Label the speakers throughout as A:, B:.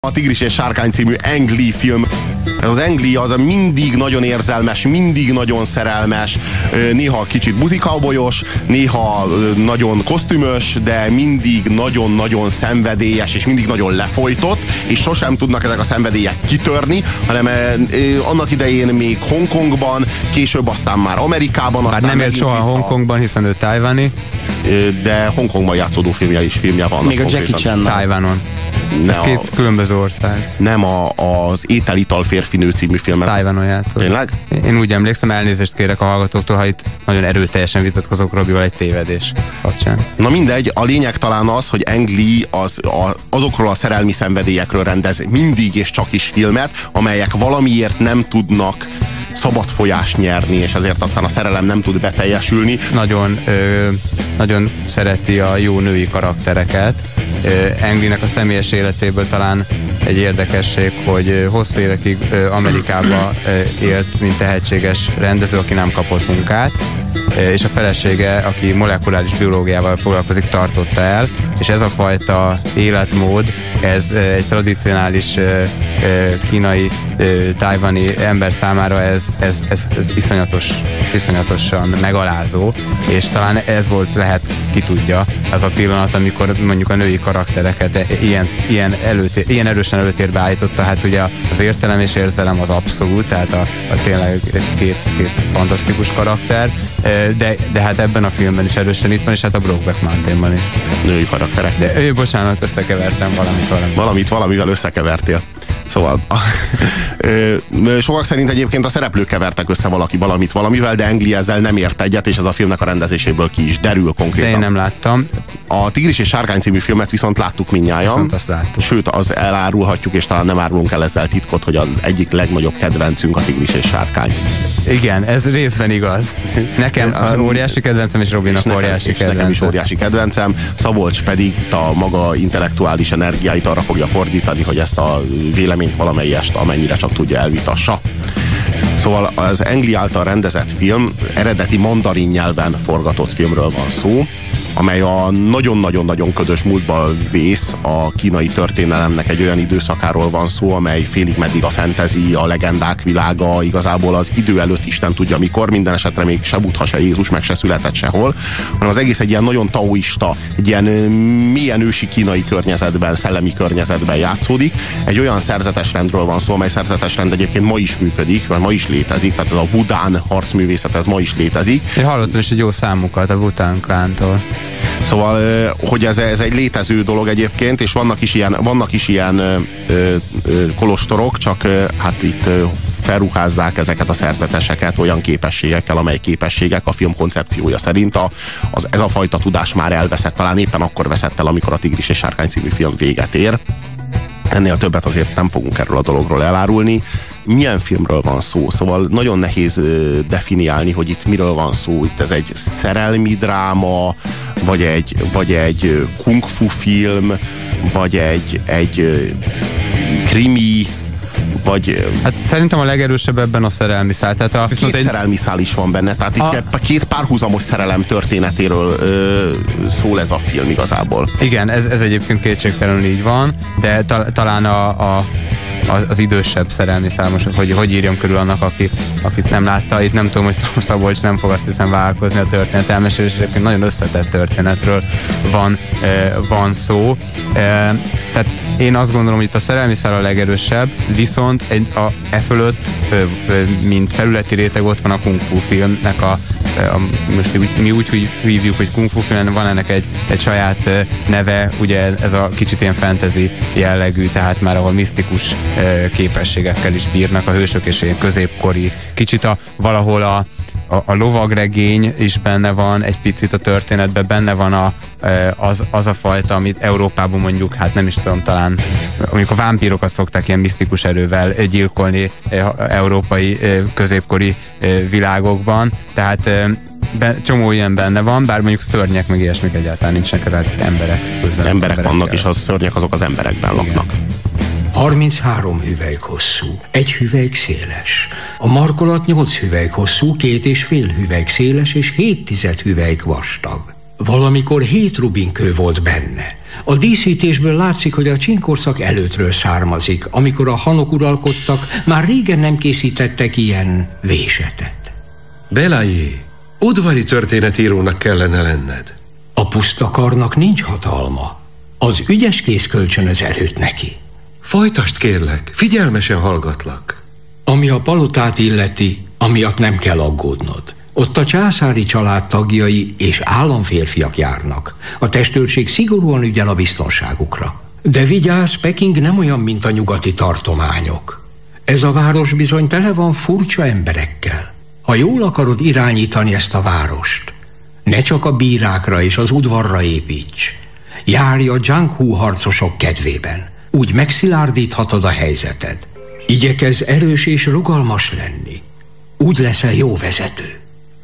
A: A Tigris és Sárkány című Ang Lee film. Ez az Ang Lee az mindig nagyon érzelmes, mindig nagyon szerelmes, néha kicsit buzikaubolyos, néha nagyon kosztümös, de mindig nagyon-nagyon szenvedélyes, és mindig nagyon lefolytott, és sosem tudnak ezek a szenvedélyek kitörni, hanem annak idején még Hongkongban, később aztán már Amerikában.
B: Aztán nem élt soha Hongkongban, hiszen ő tájvani.
A: De Hongkongban játszódó filmje van.
C: Még a Jackie Chan.
B: Tájvanon. Ez két különböző ország.
A: Nem az Étel-ital férfinő című filmet.
B: Tájvanon játszott.
A: Tényleg?
B: Én úgy emlékszem, elnézést kérek a hallgatóktól, ha itt nagyon erőteljesen vitatkozok Robival egy tévedés kapcsán.
A: Na mindegy, a lényeg talán az, hogy Ang Lee azokról a szerelmi szenvedélyekről rendez mindig és csak is filmet, amelyek valamiért nem tudnak szabad folyást nyerni, és ezért aztán a szerelem nem tud beteljesülni.
B: Nagyon szereti a jó női karaktereket. Ang Lee-nek a személyes életéből talán egy érdekesség, hogy hosszú évekig Amerikába élt, mint tehetséges rendező, aki nem kapott munkát, és a felesége, aki molekuláris biológiával foglalkozik, tartotta el, és ez a fajta életmód, ez egy tradicionális kínai, tájvani ember számára ez iszonyatosan megalázó, és talán ez volt, lehet, ki tudja, az a pillanat, amikor mondjuk a női karaktereket ilyen erősen előtérbe állította. Hát ugye az értelem és érzelem az abszolút, tehát a tényleg két fantasztikus karakter, de hát ebben a filmben is erősen itt van, és hát a Brokeback Mountainban is.
A: Női karakterek.
B: De bocsánat, összekevertem valamit.
A: Valamivel összekevertél. Szóval sokak szerint egyébként a szereplők kevertek össze valamit valamivel, de Ang Lee ezzel nem ért egyet, és ez a filmnek a rendezéséből ki is derül konkrétan.
B: De én nem láttam.
A: A Tigris és Sárkány című filmet viszont láttuk mindnyájan.
B: Viszont azt láttuk.
A: Sőt, az elárulhatjuk, és talán nem árulunk el ezzel titkot, hogy az egyik legnagyobb kedvencünk a Tigris és Sárkány.
B: Igen, ez részben igaz. Nekem óriási kedvencem, és Robinak óriási kedvencem.
A: Nekem is óriási kedvencem. Szabolcs pedig a maga intellektuális energiáit arra fogja fordítani, hogy ezt a véleményt valamelyest amennyire csak tudja elvitassa. Szóval az Ang Lee által rendezett film eredeti mandarin nyelven forgatott filmről van szó, amely a nagyon-nagyon-nagyon ködös múltba vész a kínai történelemnek egy olyan időszakáról van szó, amely félig meddig a fantasy, a legendák világa, igazából az idő előtt Isten tudja mikor, minden esetre még se Buddha, se Jézus, meg se született sehol, hanem az egész egy ilyen nagyon taoista, egy ilyen mélyen ősi kínai környezetben, szellemi környezetben játszódik. Egy olyan szerzetesrendről van szó, amely szerzetesrend egyébként ma is működik, vagy ma is létezik, tehát ez a Wudán harcművészet, ez ma is létezik.
B: Én hallottam is egy jó számukat a Wudán klántól.
A: Szóval, hogy ez egy létező dolog egyébként, és vannak is ilyen kolostorok, csak hát itt felruházzák ezeket a szerzeteseket olyan képességekkel, amely képességek a film koncepciója szerint ez a fajta tudás már elveszett, talán éppen akkor veszett el, amikor a Tigris és Sárkány című film véget ér. Ennél többet azért nem fogunk erről a dologról elárulni. Milyen filmről van szó? Szóval nagyon nehéz definiálni, hogy itt miről van szó. Itt ez egy szerelmi dráma, vagy egy kung fu film, vagy egy krimi, vagy...
B: Hát szerintem a legerősebb ebben a szerelmi szál. Tehát
A: két szerelmi szál is van benne, tehát itt két párhuzamos szerelem történetéről szól ez a film igazából.
B: Igen, ez egyébként kétségtelenül így van, de talán az idősebb szerelmi szál, most hogy írjam körül annak, akit nem látta. Itt nem tudom, hogy Szabolcs nem fog azt hiszem vállalkozni a történet elmesélésre, és egyébként nagyon összetett történetről van szó. Tehát én azt gondolom, hogy itt a szerelmi szál a legerősebb, viszont fölött, mint felületi réteg, ott van a kung fu filmnek most mi úgy hívjuk, hogy kung fu film, van ennek egy saját neve, ugye ez a kicsit ilyen fantasy jellegű, tehát már ahol misztikus képességekkel is bírnak a hősök, és ilyen középkori, kicsit valahol a lovagregény is benne van, egy picit a történetben benne van az a fajta, amit Európában mondjuk, hát nem is tudom, talán mondjuk a vámpírokat szokták ilyen misztikus erővel gyilkolni európai középkori világokban, tehát csomó ilyen benne van, bár mondjuk szörnyek meg ilyesmik egyáltalán nincsenek, tehát emberek közben.
A: Emberek vannak, és a szörnyek azok az emberekben laknak.
D: 33 hüvelyk hosszú, 1 hüvelyk széles. A markolat 8 hüvelyk hosszú, 2,5 hüvelyk széles és 0,7 hüvelyk vastag. Valamikor 7 rubinkő volt benne. A díszítésből látszik, hogy a csinkorszak előttről származik. Amikor a hanok uralkodtak, már régen nem készítettek ilyen vésetet.
C: Belajé, udvari történetírónak kellene lenned.
D: A puszta karnak nincs hatalma. Az ügyes kéz kölcsönöz erőt neki.
C: Folytasd kérlek, figyelmesen hallgatlak.
D: Ami a palotát illeti, amiatt nem kell aggódnod. Ott a császári család tagjai és államférfiak járnak. A testőrség szigorúan ügyel a biztonságukra. De vigyázz, Peking nem olyan, mint a nyugati tartományok. Ez a város bizony tele van furcsa emberekkel. Ha jól akarod irányítani ezt a várost, ne csak a bírákra és az udvarra építs. Járj a Jianghu harcosok kedvében. Úgy megszilárdíthatod a helyzeted. Igyekezz erős és rugalmas lenni. Úgy leszel jó vezető.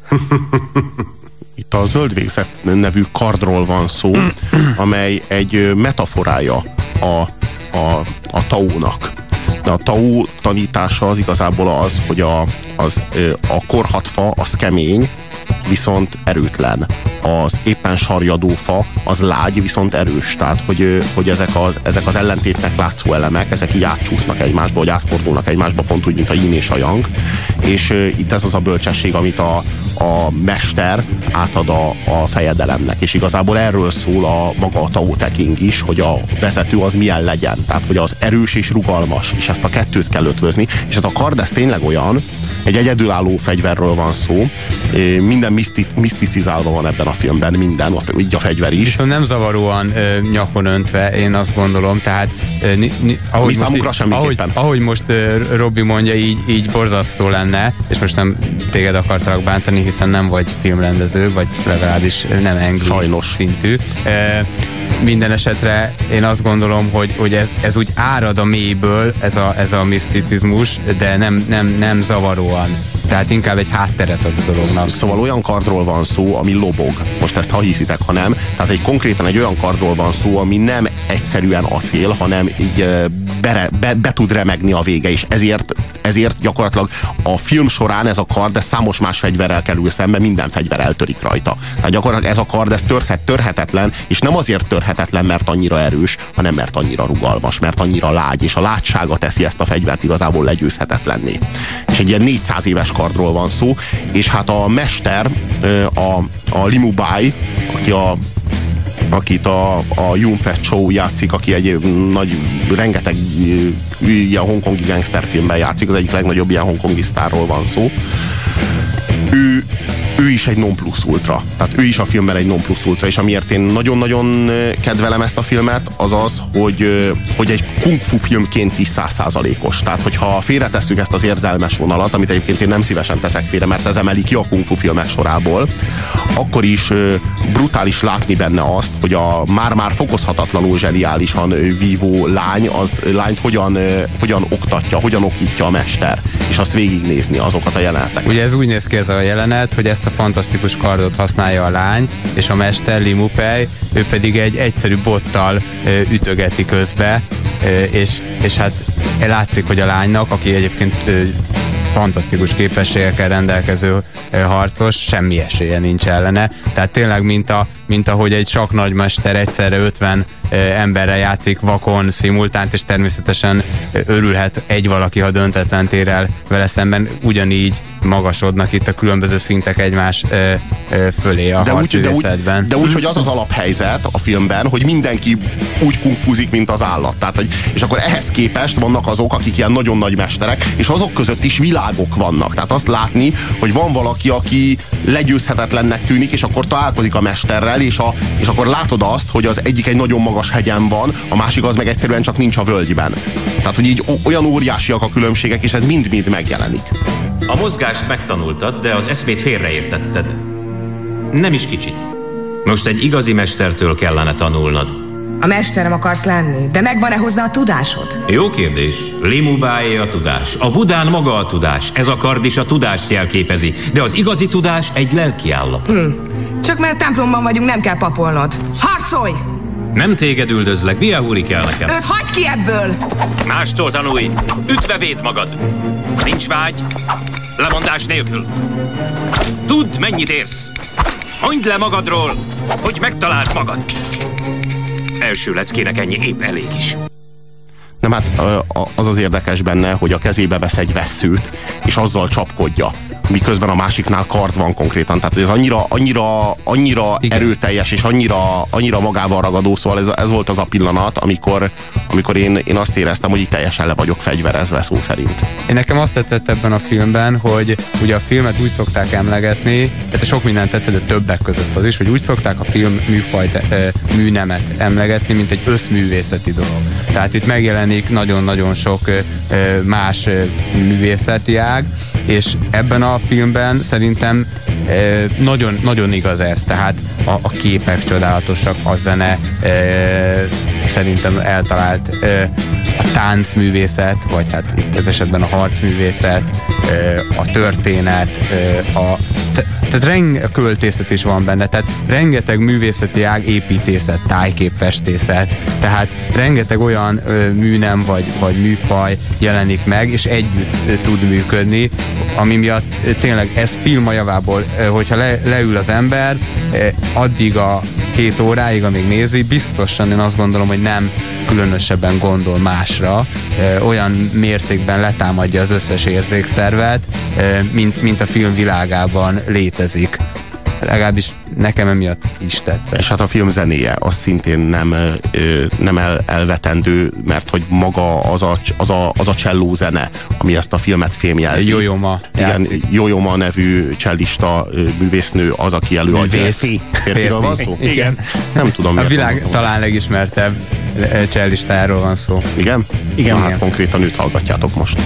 A: Itt a Zöld Végzet nevű kardról van szó, amely egy metaforája a Taónak. De a Tao tanítása az igazából az, hogy a korhatfa az kemény, viszont erőtlen. Az éppen sarjadó fa az lágy, viszont erős. Tehát, hogy ezek az ellentétnek látszó elemek, ezek így átcsúsznak egymásba, vagy átfordulnak egymásba, pont úgy, mint a yin és a yang. És itt ez az a bölcsesség, amit a mester átad a fejedelemnek. És igazából erről szól maga a Tao Te Ching is, hogy a vezető az milyen legyen. Tehát, hogy az erős és rugalmas, és ezt a kettőt kell ötvözni. És ez a kard, ez tényleg olyan, egy egyedülálló fegyverről van szó, minden miszticizálva van ebben a filmben, minden, így a fegyver is.
B: Viszont nem zavaróan nyakon öntve, én azt gondolom, tehát ahogy most Robi mondja, így borzasztó lenne, és most nem téged akartalak bántani, hiszen nem vagy filmrendező, vagy legalábbis nem angol szintű. Minden esetre én azt gondolom, hogy ez úgy árad a mélyből, ez a miszticizmus, de nem zavaróan. Tehát inkább egy hátteret ad a dolognak.
A: Szóval olyan kardról van szó, ami lobog. Most ezt ha hiszitek, ha nem. Tehát konkrétan egy olyan kardról van szó, ami nem egyszerűen acél, hanem így be tud remegni a vége, és ezért gyakorlatilag a film során ez a kard, ez számos más fegyverrel kerül szembe, minden fegyver eltörik rajta. Tehát gyakorlatilag ez a kard, ez törhetetlen, és nem azért törhetetlen, mert annyira erős, hanem mert annyira rugalmas, mert annyira lágy, és a lágysága teszi ezt a fegyvert igazából legyőzhetetlenné. És egy ilyen 400 éves kardról van szó, és hát a mester, a Limu Bai, akit a Yun Fat Chow játszik, aki egy rengeteg ilyen hongkongi gangsterfilmben játszik, az egyik legnagyobb ilyen hongkongi sztárról van szó. Ő is egy non plus ultra. Tehát ő is a filmben egy non plus ultra, és amiért én nagyon-nagyon kedvelem ezt a filmet, az az, hogy egy kung fu filmként is 100%-os. Tehát, hogyha félretesszük ezt az érzelmes vonalat, amit egyébként én nem szívesen teszek félre, mert ez emeli ki a kung fu filmek sorából, akkor is brutális látni benne azt, hogy a már-már fokozhatatlanul zseniálisan vívó lányt hogyan oktatja, hogyan okítja a mester, és azt végignézni azokat a jeleneteket.
B: Ugye ez úgy néz ki ez a jelenet, hogy ezt a fantasztikus kardot használja a lány, és a mester Limu Bai, ő pedig egy egyszerű bottal ütögeti közbe, és hát látszik, hogy a lánynak, aki egyébként fantasztikus képességekkel rendelkező harcos, semmi esélye nincs ellene. Tehát tényleg, mint ahogy egy sakknagymester egyszerre 50 emberre játszik vakon, szimultánt, és természetesen örülhet egy valaki, ha döntetlen tér el vele szemben, ugyanígy magasodnak itt a különböző szintek egymás fölé a harcművészetben.
A: De úgy, hogy az az alaphelyzet a filmben, hogy mindenki úgy kungfuzik, mint az állat. Tehát, és akkor ehhez képest vannak azok, akik ilyen nagyon nagy mesterek, és azok között is világok vannak. Tehát azt látni, hogy van valaki, aki legyőzhetetlennek tűnik, és akkor találkozik a mesterrel, és akkor látod azt, hogy az egyik egy nagyon magas hegyen van, a másik az meg egyszerűen csak nincs a völgyben. Tehát, hogy így olyan óriásiak a különbségek, és ez mind-mind megjelenik.
E: A mozgást megtanultad, de az eszmét félreértetted. Nem is kicsit. Most egy igazi mestertől kellene tanulnod.
F: A mesterem akarsz lenni, de megvan-e hozzá a tudásod?
E: Jó kérdés. Limu Bai a tudás. A Wudán maga a tudás. Ez a kard is a tudást jelképezi. De az igazi tudás egy lelki állapot.
F: Csak mert templomban vagyunk, nem kell papolnod. Harcolj!
E: Nem téged üldözlek, Biahuri kell nekem.
F: Őt hagyd ki ebből!
E: Mástól tanulj! Ütve védd magad! Nincs vágy, lemondás nélkül. Tudd, mennyit érsz! Mondd le magadról, hogy megtaláld magad! Első leckének ennyi épp elég is.
A: Nem, hát az érdekes benne, hogy a kezébe vesz egy vesszőt, és azzal csapkodja, miközben a másiknál kard van konkrétan. Tehát ez annyira erőteljes, és annyira magával ragadó, szóval ez volt az a pillanat, amikor én azt éreztem, hogy itt teljesen le vagyok fegyverezve, szó szerint.
B: Nekem azt tetszett ebben a filmben, hogy ugye a filmet úgy szokták emlegetni, tehát sok mindent tetszett, de többek között az is, hogy úgy szokták a film műfajt, műnemet emlegetni, mint egy összművészeti dolog. Tehát itt megjelenik nagyon-nagyon sok más művészeti ág, és ebben a filmben szerintem nagyon igaz ez, tehát a képek csodálatosak, a zene szerintem eltalált, a táncművészet, vagy hát itt ez esetben a harcművészet, a történet, tehát költészet is van benne, tehát rengeteg művészeti ág, építészet, tájképfestészet, tehát rengeteg olyan műnem vagy műfaj jelenik meg, és együtt tud működni, ami miatt tényleg ez film a javából, hogyha leül az ember, addig a 2 óráig, amíg nézi, biztosan én azt gondolom, hogy nem különösebben gondol másra, olyan mértékben letámadja az összes érzékszervet, mint a film világában létezik. Legalábbis nekem emiatt is tetszett.
A: És hát a film zenéje az szintén nem elvetendő, mert hogy maga az a cselló zene, ami ezt a filmet fémjelzi.
B: Yo-Yo Ma.
A: Igen, Yo-Yo Ma nevű csellista művésznő az, aki előadja. Férfiről van szó?
B: Igen.
A: Nem tudom.
B: A világ talán legismertebb csellistáról van szó.
A: Igen?
B: Igen.
A: Na, hát konkrétan őt hallgatjátok most.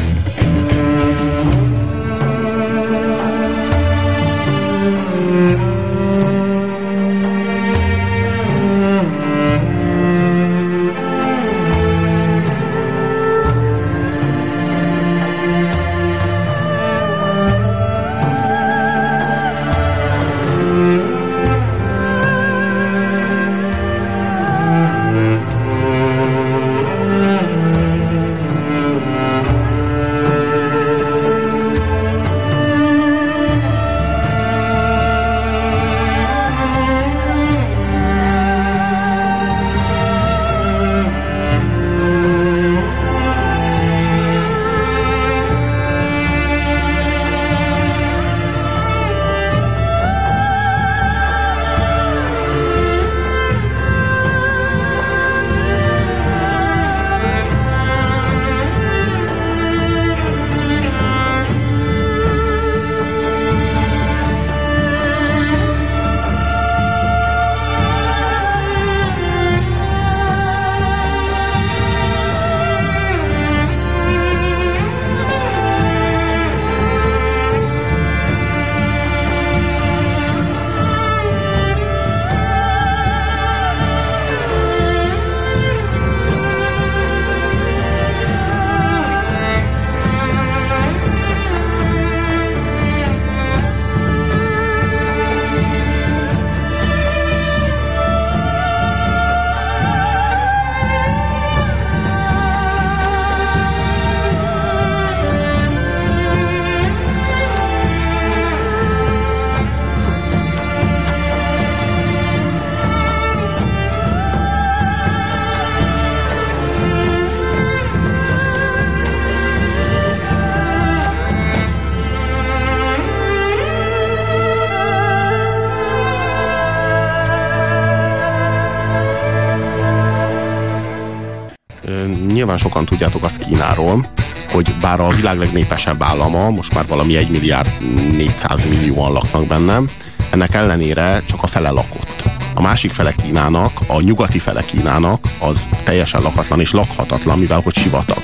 A: Nyilván sokan tudjátok azt Kínáról, hogy bár a világ legnépesebb állama, most már valami 1 milliárd 400 millióan laknak benne, ennek ellenére csak a fele lakott. A másik fele Kínának, a nyugati fele Kínának az teljesen lakatlan és lakhatatlan, mivel hogy sivatag.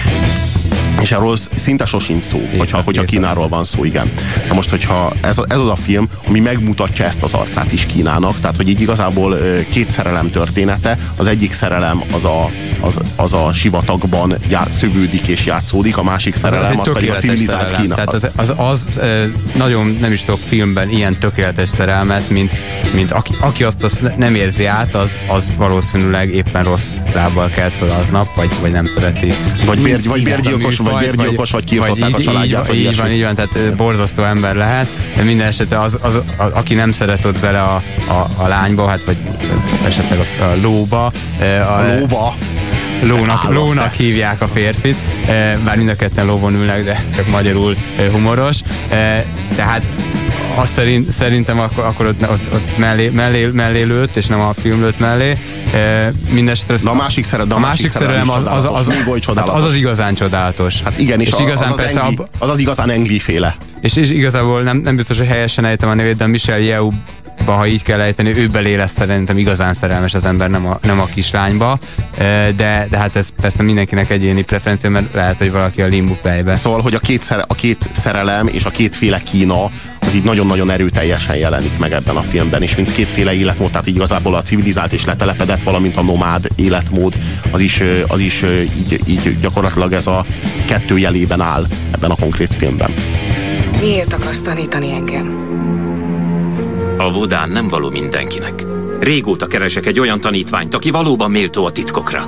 A: És erről szinte sosincs szó, hogyha Kínáról van szó, igen. Na most, hogyha ez az a film, ami megmutatja ezt az arcát is Kínának, tehát, hogy így igazából 2 szerelem története, az egyik szerelem az a sivatagban szövődik és játszódik, a másik szerelem az pedig a civilizált
B: szerelem.
A: Kína.
B: Tehát az nagyon nem is tudok filmben ilyen tökéletes szerelmet, mint aki azt nem érzi át, az valószínűleg éppen rossz lábbal kelt föl aznap, vagy nem szereti.
A: Vagy bérgyilkos vagy bérgyilkos, vagy kiirtották a családját, vagy ilyesmi.
B: Így van, tehát borzasztó ember lehet, de minden esetre aki nem szeret ott bele a lányba, hát vagy esetleg a lóba.
A: A lóba?
B: Lónak hívják a férfit, bár mind a ketten lóvon ülnek, de csak magyarul humoros. Tehát azt szerintem akkor ott mellé lőtt, és nem a film lőtt mellé. Mindenesetre
A: a másik szerelem
B: az az igazán csodálatos.
A: Hát igen, és
B: igazán
A: az igazán Engli féle.
B: És igazából nem biztos, hogy helyesen ejtem a nevét, de Michelle Yeoh, ha így kell ejteni, ő belé lesz szerintem igazán szerelmes az ember, nem a kislányba, de hát ez persze mindenkinek egyéni preferencia, mert lehet, hogy valaki a limbu fejbe.
A: Szóval, hogy a két szerelem és a kétféle Kína az így nagyon-nagyon erőteljesen jelenik meg ebben a filmben, és mint kétféle életmód, tehát így igazából a civilizált és letelepedett, valamint a nomád életmód, az is így gyakorlatilag ez a kettő jelében áll ebben a konkrét filmben.
F: Miért akarsz tanítani engem?
E: A Vodán nem való mindenkinek. Régóta keresek egy olyan tanítványt, aki valóban méltó a titkokra.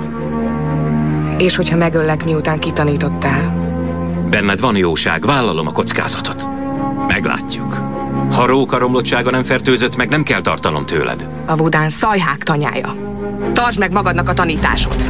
F: És hogyha megöllek, miután kitanítottál?
E: Benned van jóság, vállalom a kockázatot. Meglátjuk. Ha róka romlottsága nem fertőzött meg, nem kell tartanom tőled.
F: A Vodán szajhák tanyája. Tartsd meg magadnak a tanításod.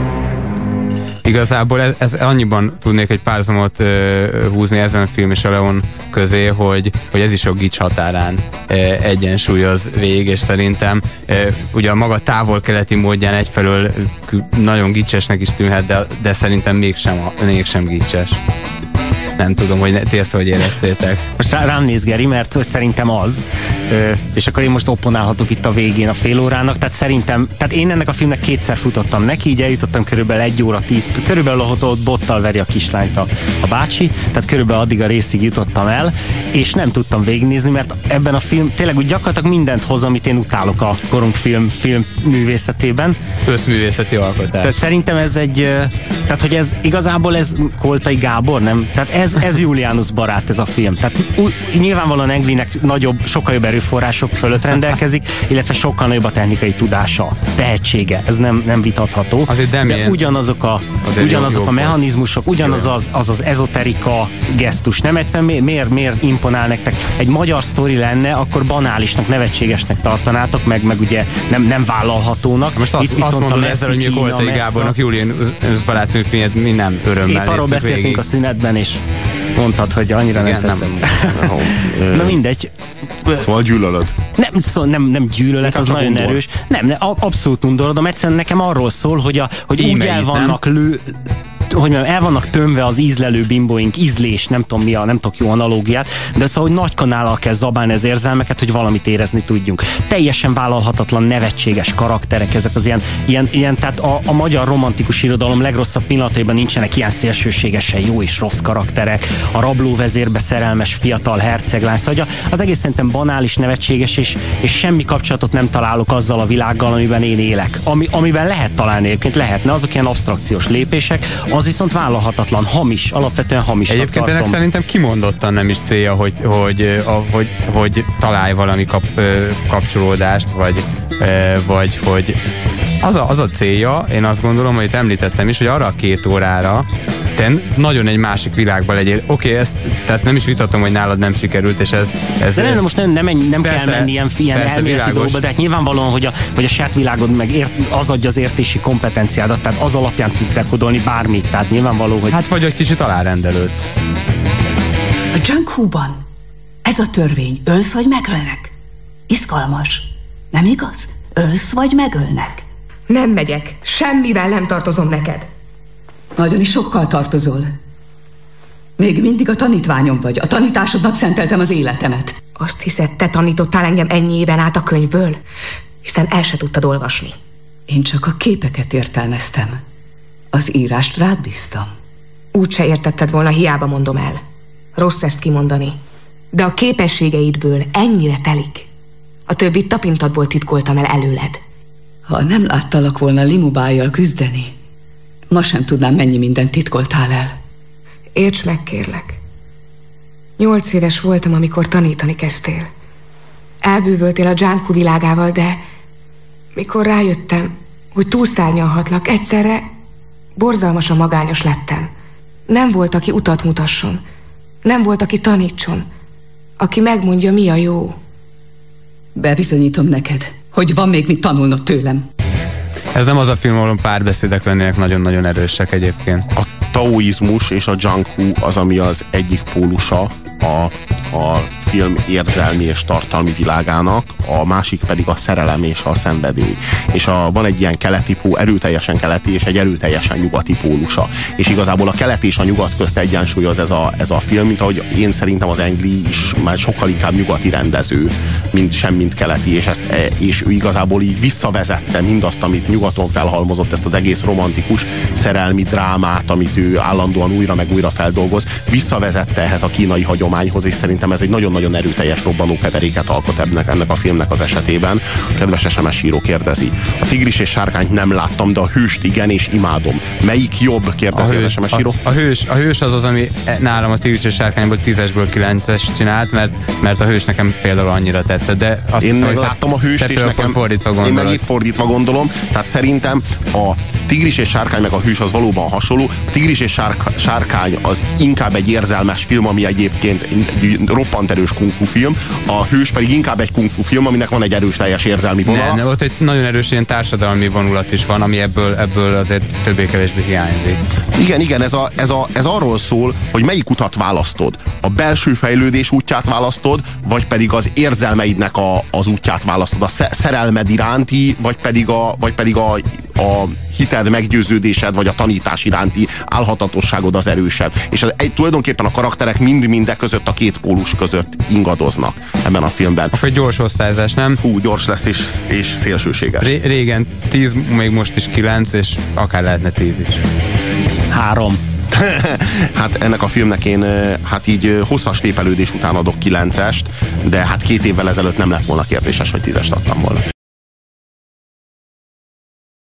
B: Igazából ez annyiban tudnék egy párhuzamot húzni ezen a film és a Leon közé, hogy ez is a gics határán egyensúlyoz végig, és szerintem ugye a maga távol-keleti módján egyfelől nagyon gicsesnek is tűnhet, de szerintem mégsem gicses. Nem tudom, hogy ti ezt hogy éreztétek.
G: Most rám néz Geri, mert szerintem az, és akkor én most opponálhatok itt a végén a fél órának, tehát én ennek a filmnek kétszer futottam neki, így eljutottam körülbelül 1 óra 10, körülbelül ahol ott bottal veri a kislányt a bácsi, tehát körülbelül addig a részig jutottam el, és nem tudtam végignézni, mert ebben a film tényleg úgy gyakorlatilag mindent hoz, amit én utálok a korunk film művészetében.
B: Összművészeti alkotás. Tehát
G: szerintem ez tehát hogy ez igazából ez Koltai Gábor, nem? Tehát ez Julianus barát, ez a film. Tehát nyilvánvalóan Englinek sokkal jobb erőforrások fölött rendelkezik, illetve sokkal nagyobb a technikai tudása, tehetsége. Ez nem vitatható. De ugyanazok a mechanizmusok, ugyanaz az ezoterika gesztus. Nem egyszerűen miért imponál nektek? Egy magyar sztori lenne, akkor banálisnak, nevetségesnek tartanátok, meg ugye nem vállalhatónak.
B: Most azt mondod ezzel, hogy mi Koltai Gábornak Julianus barátnő filmet mi nem örömmel.
G: Épp arról beszéltünk végig a szünetben, és mondtad, hogy annyira nem tetszett. Na mindegy.
A: Szóval gyűlölöd?
G: Nem gyűlölet, az nagyon erős. Nem, abszolút undorodom. Egyszerűen nekem arról szól, hogy úgy el vannak el vannak tömve az ízlelő bimbóink, ízlés, nem tudok jó analógiát, de szóval, hogy nagy kanállal kell zabálni az érzelmeket, hogy valamit érezni tudjunk. Teljesen vállalhatatlan, nevetséges karakterek, ezek az ilyen tehát a magyar romantikus irodalom legrosszabb pillanataiban nincsenek ilyen szélsőségesen jó és rossz karakterek, a rablóvezérbe szerelmes fiatal herceglány, szóval az egész szerintem banális, nevetséges, és semmi kapcsolatot nem találok azzal a világgal, amiben én élek. Amiben lehet találni egyébként, lehetne, azok ilyen abstrakciós lépések, az viszont vállalhatatlan, hamis, alapvetően hamisnak tartom.
B: Egyébként ennek szerintem kimondottan nem is célja, hogy találj valami kapcsolódást, vagy hogy az a célja, én azt gondolom, hogy itt említettem is, hogy arra a 2 órára te nagyon egy másik világban legyél. Oké, ezt tehát nem is vitatom, hogy nálad nem sikerült, és ez
G: de most nem kell menni ilyen elméleti dolgokba, de hát nyilvánvalóan, hogy a saját világod meg az adja az értési kompetenciádat, tehát az alapján tudsz dekódolni bármit, tehát nyilvánvaló, hogy...
B: Hát vagy egy kicsit alárendelőd.
H: A Jianghu-ban ez a törvény, ölsz vagy megölnek. Izgalmas, nem igaz? Ölsz vagy megölnek.
F: Nem megyek, semmivel nem tartozom neked.
H: Nagyon is sokkal tartozol. Még mindig a tanítványom vagy. A tanításodnak szenteltem az életemet.
F: Azt hiszed, te tanítottál engem ennyi éven át a könyvből? Hiszen el se tudtad olvasni.
H: Én csak a képeket értelmeztem. Az írást rád bíztam.
F: Úgy se értetted volna, hiába mondom el. Rossz ezt kimondani. De a képességeidből ennyire telik. A többit tapintatból titkoltam el előled.
H: Ha nem láttalak volna Limubájjal küzdeni, ma sem tudnám, mennyi mindent titkoltál el.
F: Érts meg, kérlek. 8 éves voltam, amikor tanítani kezdtél. Elbűvöltél a Jianghu világával, de mikor rájöttem, hogy túlszárnyalhatlak, egyszerre borzalmasan magányos lettem. Nem volt, aki utat mutasson. Nem volt, aki tanítson. Aki megmondja, mi a jó.
H: Bebizonyítom neked, hogy van még mit tanulnod tőlem.
B: Ez nem az a film, ahol párbeszédek lennének nagyon-nagyon erősek egyébként.
A: A taoizmus és a Jianghu az, ami az egyik pólusa a film érzelmi és tartalmi világának, a másik pedig a szerelem és a szenvedély. És van egy ilyen keleti, erőteljesen keleti és egy erőteljesen nyugati pólusa. És igazából a kelet és a nyugat közt egyensúlyoz ez a film, mint ahogy én szerintem az Ang Lee is már sokkal inkább nyugati rendező, mint keleti, és ő igazából így visszavezette mindazt, amit nyugaton felhalmozott, ezt az egész romantikus szerelmi drámát, amit ő állandóan újra meg újra feldolgoz, visszavezette ehhez a kínai hagyományhoz, és szerintem ez egy nagyon-nagyon erőteljes robbanókeveréket alkot ennek a filmnek az esetében. A kedves SMS író kérdezi: a Tigris és Sárkányt nem láttam, de a Hőst igen, és imádom. Melyik jobb? Kérdezi az SMS író.
B: A hős az, ami nálam a Tigris és Sárkányból 10-esből 9-es csinált, mert a Hős nekem például annyira tetszett. De azt
A: én
B: hiszem,
A: meg láttam a Hőst, és nekem én meg itt fordítva gondolom. Tehát szerintem a Tigris és Sárkány meg a Hős az valóban hasonló. A Tigris és Sárkány az inkább egy érzelmes film, ami egyébként roppant erős kungfu film. A Hős pedig inkább egy kungfu film, aminek van egy erős teljes érzelmi vonala.
B: Nem, ott egy nagyon erős ilyen társadalmi vonulat is van, ami ebből azért többé-kevésbé hiányzik.
A: Igen, ez arról szól, hogy melyik utat választod. A belső fejlődés útját választod, vagy pedig az érzelmeidnek az útját választod. A szerelmed iránti, vagy pedig a hited, meggyőződésed, vagy a tanítás iránti álhatatosságod az erősebb. És tulajdonképpen a karakterek mind-minde között, a két pólus között ingadoznak ebben a filmben.
B: Akkor egy gyors osztályzás, nem?
A: Gyors lesz és szélsőséges.
B: Régen 10, még most is 9, és akár lehetne 10 is.
G: 3.
A: Hát ennek a filmnek én hát így hosszas tépelődés után adok 9-est, de hát 2 évvel ezelőtt nem lett volna kérdéses, hogy 10-est adtam volna.